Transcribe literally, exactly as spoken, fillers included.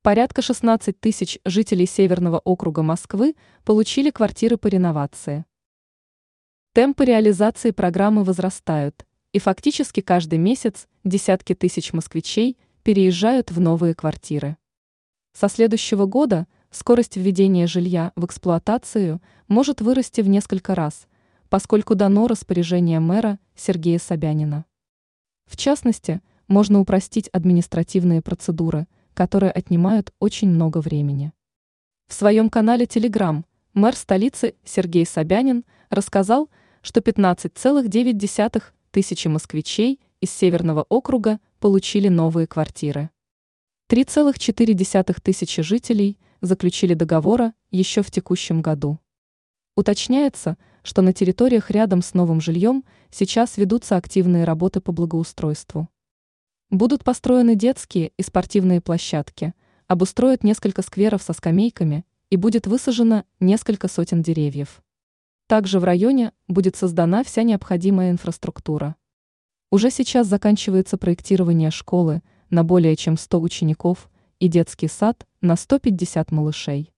Порядка шестнадцать тысяч жителей Северного округа Москвы получили квартиры по реновации. Темпы реализации программы возрастают, и фактически каждый месяц десятки тысяч москвичей переезжают в новые квартиры. Со следующего года скорость введения жилья в эксплуатацию может вырасти в несколько раз, поскольку дано распоряжение мэра Сергея Собянина. В частности, можно упростить административные процедуры, которые отнимают очень много времени. В своем канале Telegram мэр столицы Сергей Собянин рассказал, что пятнадцать целых девять десятых тысячи москвичей из Северного округа получили новые квартиры. три целых четыре десятых тысячи жителей заключили договора еще в текущем году. Уточняется, что на территориях рядом с новым жильем сейчас ведутся активные работы по благоустройству. Будут построены детские и спортивные площадки, обустроят несколько скверов со скамейками и будет высажено несколько сотен деревьев. Также в районе будет создана вся необходимая инфраструктура. Уже сейчас заканчивается проектирование школы на более чем сто учеников и детский сад на сто пятьдесят малышей.